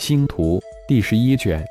星图》第11卷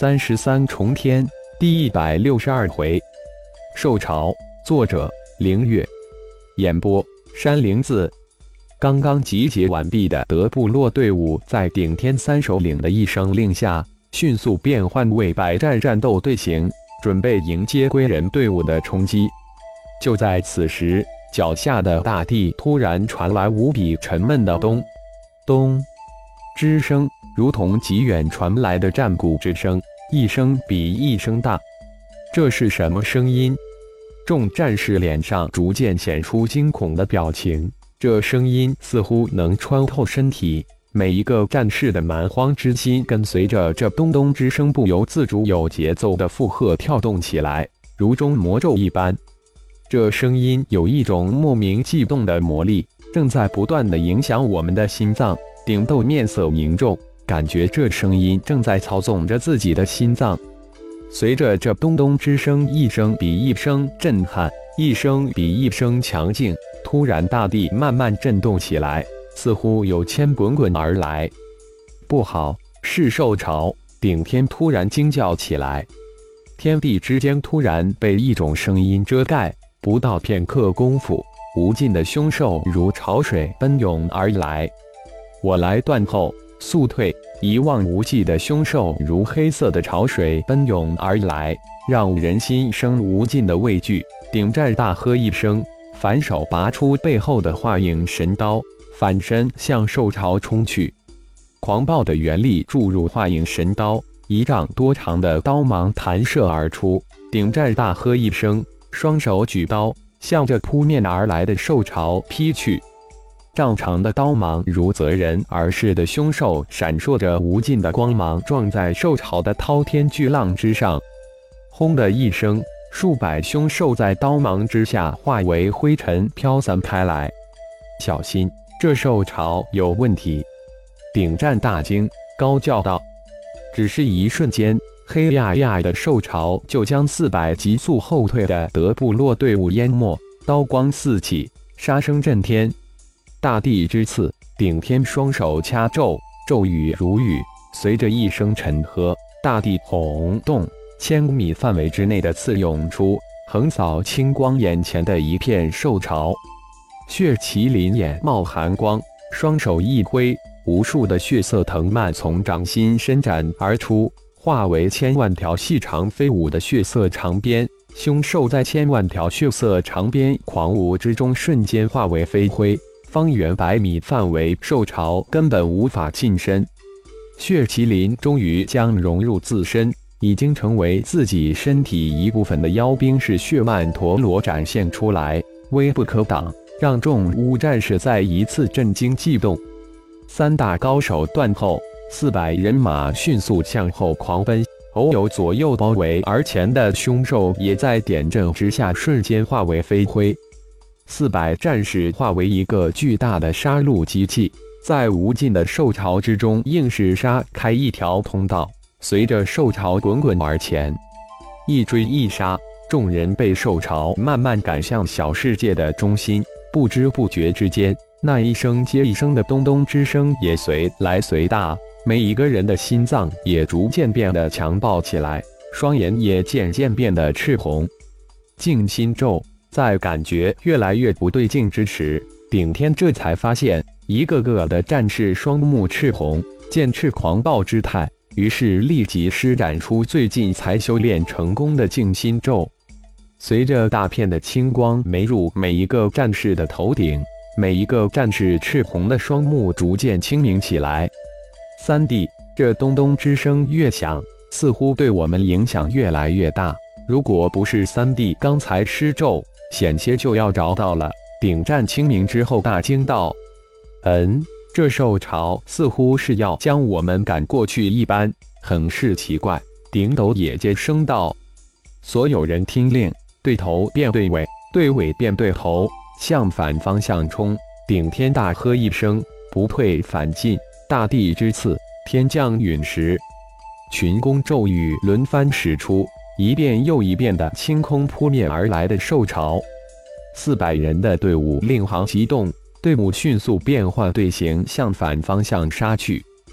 33重天第162回。受潮，作者凌月，演播山灵子。刚刚集结完毕的德部落队伍，在顶天三首领的一声令下，迅速变换为百战战斗队形，准备迎接归人队伍的冲击。就在此时，脚下的大地突然传来无比沉闷的咚咚之声，如同极远传来的战鼓之声，一声比一声大。这是什么声音？众战士脸上逐渐显出惊恐的表情，这声音似乎能穿透身体，每一个战士的蛮荒之心跟随着这咚咚之声不由自主有节奏的负荷跳动起来，如中魔咒一般。这声音有一种莫名悸动的魔力，正在不断地影响我们的心脏。顶斗面色凝重，感觉这声音正在操纵着自己的心脏。随着这咚咚之声一声比一声震撼，一声比一声强劲，突然大地慢慢震动起来，似乎有千滚滚而来。不好，是兽潮！顶天突然惊叫起来，天地之间突然被一种声音遮盖。不到片刻功夫，无尽的凶兽如潮水奔涌而来。我来断后，速退！一望无际的凶兽如黑色的潮水奔涌而来，让人心生无尽的畏惧。顶战大喝一声，反手拔出背后的化影神刀，反身向兽潮冲去。狂暴的元力注入化影神刀，1丈多长的刀芒弹射而出。顶战大喝一声，双手举刀，向着扑面而来的兽潮劈去。丈长的刀芒如择人而噬的凶兽，闪烁着无尽的光芒，撞在兽潮的滔天巨浪之上。轰的一声，数百凶兽在刀芒之下化为灰尘飘散开来。小心，这兽潮有问题！顶战大惊，高叫道。只是一瞬间，黑压压的兽潮就将400急速后退的德部落队伍淹没，刀光四起，杀声震天。大地之刺，顶天双手掐咒，咒语如雨，随着一声沉喝，大地轰动，1000米范围之内的刺涌出，横扫青光眼前的一片兽潮。血麒麟眼冒寒光，双手一挥，无数的血色藤蔓从掌心伸展而出，化为千万条细长飞舞的血色长鞭。凶兽在千万条血色长鞭狂舞之中瞬间化为飞灰，方圆100米范围兽潮根本无法近身。血麒麟终于将融入自身，已经成为自己身体一部分的妖兵式血曼陀罗展现出来，威不可挡，让众巫战士再一次震惊悸动。3大高手断后，400人马迅速向后狂奔，偶有左右包围而前的凶兽也在点阵之下瞬间化为飞灰。400战士化为一个巨大的杀戮机器，在无尽的兽潮之中硬是杀开一条通道，随着兽潮滚滚而前，一追一杀，众人被兽潮慢慢赶向小世界的中心。不知不觉之间，那一声接一声的咚咚之声也随来随大，每一个人的心脏也逐渐变得强暴起来，双眼也渐渐变得赤红。静心咒。在感觉越来越不对劲之时，顶天这才发现一个个的战士双目赤红，剑翅狂暴之态，于是立即施展出最近才修炼成功的静心咒。随着大片的青光没入每一个战士的头顶，每一个战士赤红的双目逐渐清明起来。3弟，这咚咚之声越响，似乎对我们影响越来越大。如果不是3弟刚才施咒，险些就要着到了。顶战清明之后大惊道：这兽潮似乎是要将我们赶过去一般，很是奇怪。顶斗也接声道：所有人听令，对头变对尾，对尾变对头，向反方向冲。顶天大喝一声，不退反进，大地之刺，天降陨石，群攻咒语轮番使出，一遍又一遍的清空扑面而来的兽潮。400人的队伍令行急动，队伍迅速变换队形向反方向杀去。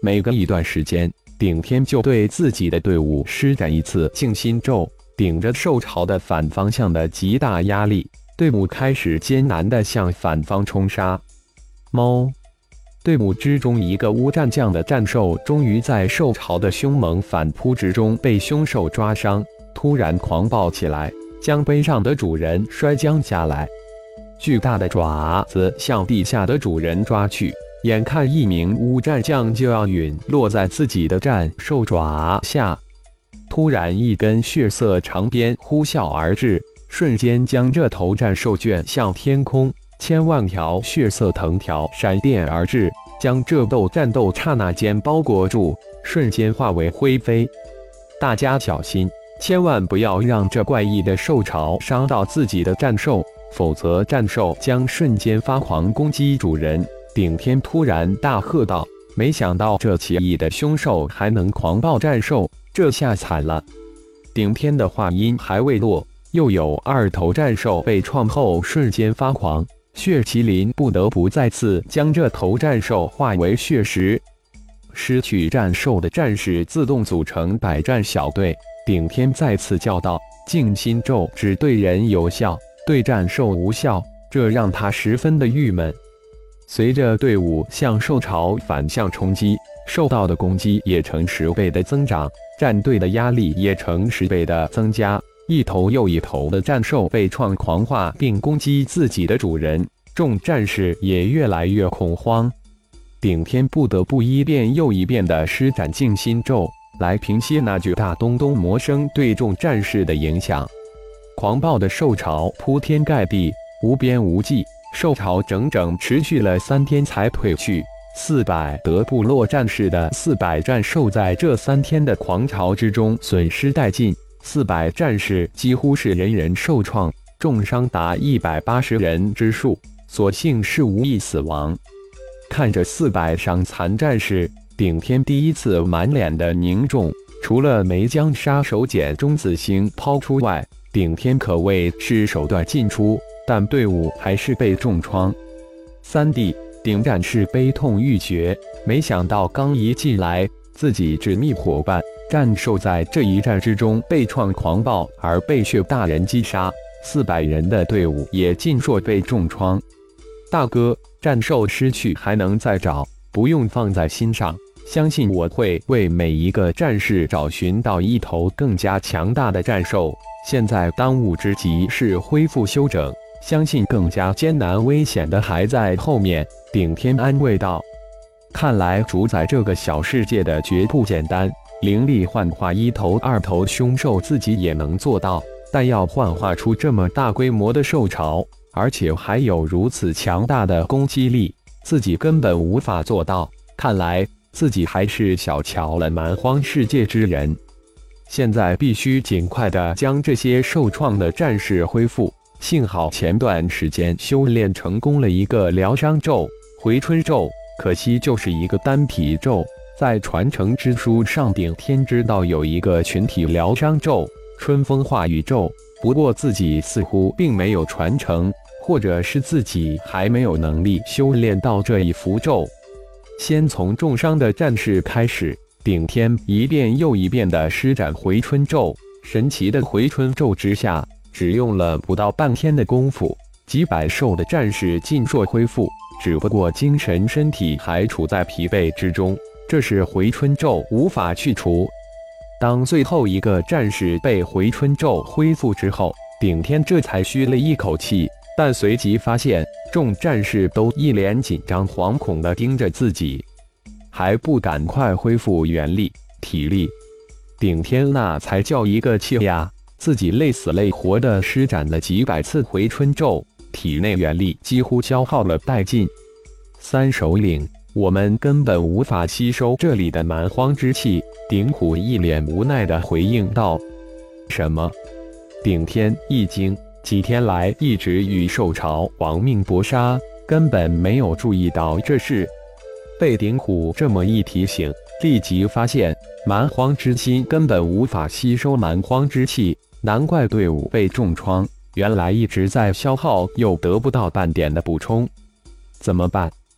每隔一段时间，顶天就对自己的队伍施展一次静心咒，顶着受潮的反方向的极大压力，队伍开始艰难地向反方冲杀。猫，队伍之中一个乌战将的战兽终于在受潮的凶猛反扑之中被凶兽抓伤，突然狂暴起来，将背上的主人摔将下来。巨大的爪子向地下的主人抓去，眼看一名乌战将就要陨落在自己的战兽爪下，突然一根血色长鞭呼啸而至，瞬间将这头战兽卷向天空，千万条血色藤条闪电而至，将这战斗刹那间包裹住，瞬间化为灰飞。大家小心，千万不要让这怪异的兽潮伤到自己的战兽，否则战兽将瞬间发狂攻击主人。顶天突然大喝道：“没想到这奇异的凶兽还能狂暴战兽，这下惨了！”顶天的话音还未落，又有2头战兽被创后瞬间发狂，血麒麟不得不再次将这头战兽化为血石。失去战兽的战士自动组成百战小队。顶天再次叫道：“静心咒只对人有效，对战兽无效。”这让他十分的郁闷。随着队伍向兽潮反向冲击，受到的攻击也呈10倍的增长，战队的压力也呈10倍的增加。一头又一头的战兽被创狂化并攻击自己的主人，众战士也越来越恐慌。顶天不得不一遍又一遍地施展静心咒，来平息那巨大咚咚魔声对众战士的影响。狂暴的兽潮铺天盖地，无边无际，兽潮整整持续了3天才退去。400德部落战士的400战兽在这3天的狂潮之中损失殆尽，400战士几乎是人人受创，重伤达180人之数，所幸是无一死亡。看着400伤残战士，顶天第一次满脸的凝重，除了没将杀手锏中子星抛出外，顶天可谓是手段尽出，但队伍还是被重创。3弟顶战士悲痛欲绝，没想到刚一进来，自己致命伙伴战兽在这一战之中被创狂暴而被血大人击杀，400人的队伍也尽数被重创。大哥，战兽失去还能再找，不用放在心上，相信我会为每一个战士找寻到一头更加强大的战兽。现在当务之急是恢复休整，相信更加艰难危险的还在后面。顶天安慰道：“看来主宰这个小世界的绝不简单，灵力幻化1头2头凶兽自己也能做到，但要幻化出这么大规模的兽潮，而且还有如此强大的攻击力，自己根本无法做到。看来自己还是小瞧了蛮荒世界之人。现在必须尽快地将这些受创的战士恢复。幸好前段时间修炼成功了一个疗伤咒回春咒，可惜就是一个单体咒。在传承之书上，顶天知道有一个群体疗伤咒春风化雨咒，不过自己似乎并没有传承，或者是自己还没有能力修炼到这一符咒。先从重伤的战士开始，顶天一遍又一遍地施展回春咒。神奇的回春咒之下，只用了不到半天的功夫，几百兽的战士尽数恢复，只不过精神身体还处在疲惫之中，这是回春咒无法去除。当最后一个战士被回春咒恢复之后，顶天这才吁了一口气，但随即发现众战士都一脸紧张惶恐地盯着自己，还不赶快恢复元力体力。顶天那才叫一个气呀，自己累死累活地施展了几百次回春咒，体内元力几乎消耗了殆尽。3首领，我们根本无法吸收这里的蛮荒之气。顶虎一脸无奈地回应道。什么？顶天一惊，几天来一直与兽潮亡命搏杀，根本没有注意到这事。被顶虎这么一提醒，立即发现蛮荒之心根本无法吸收蛮荒之气，难怪队伍被重创，原来一直在消耗，又得不到半点的补充。怎么办？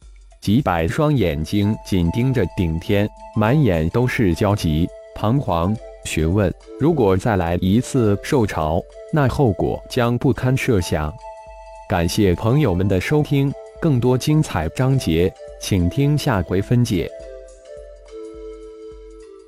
几百双眼睛紧盯着顶天，满眼都是焦急、彷徨、询问。如果再来一次受潮，那后果将不堪设想。感谢朋友们的收听，更多精彩章节，请听下回分解。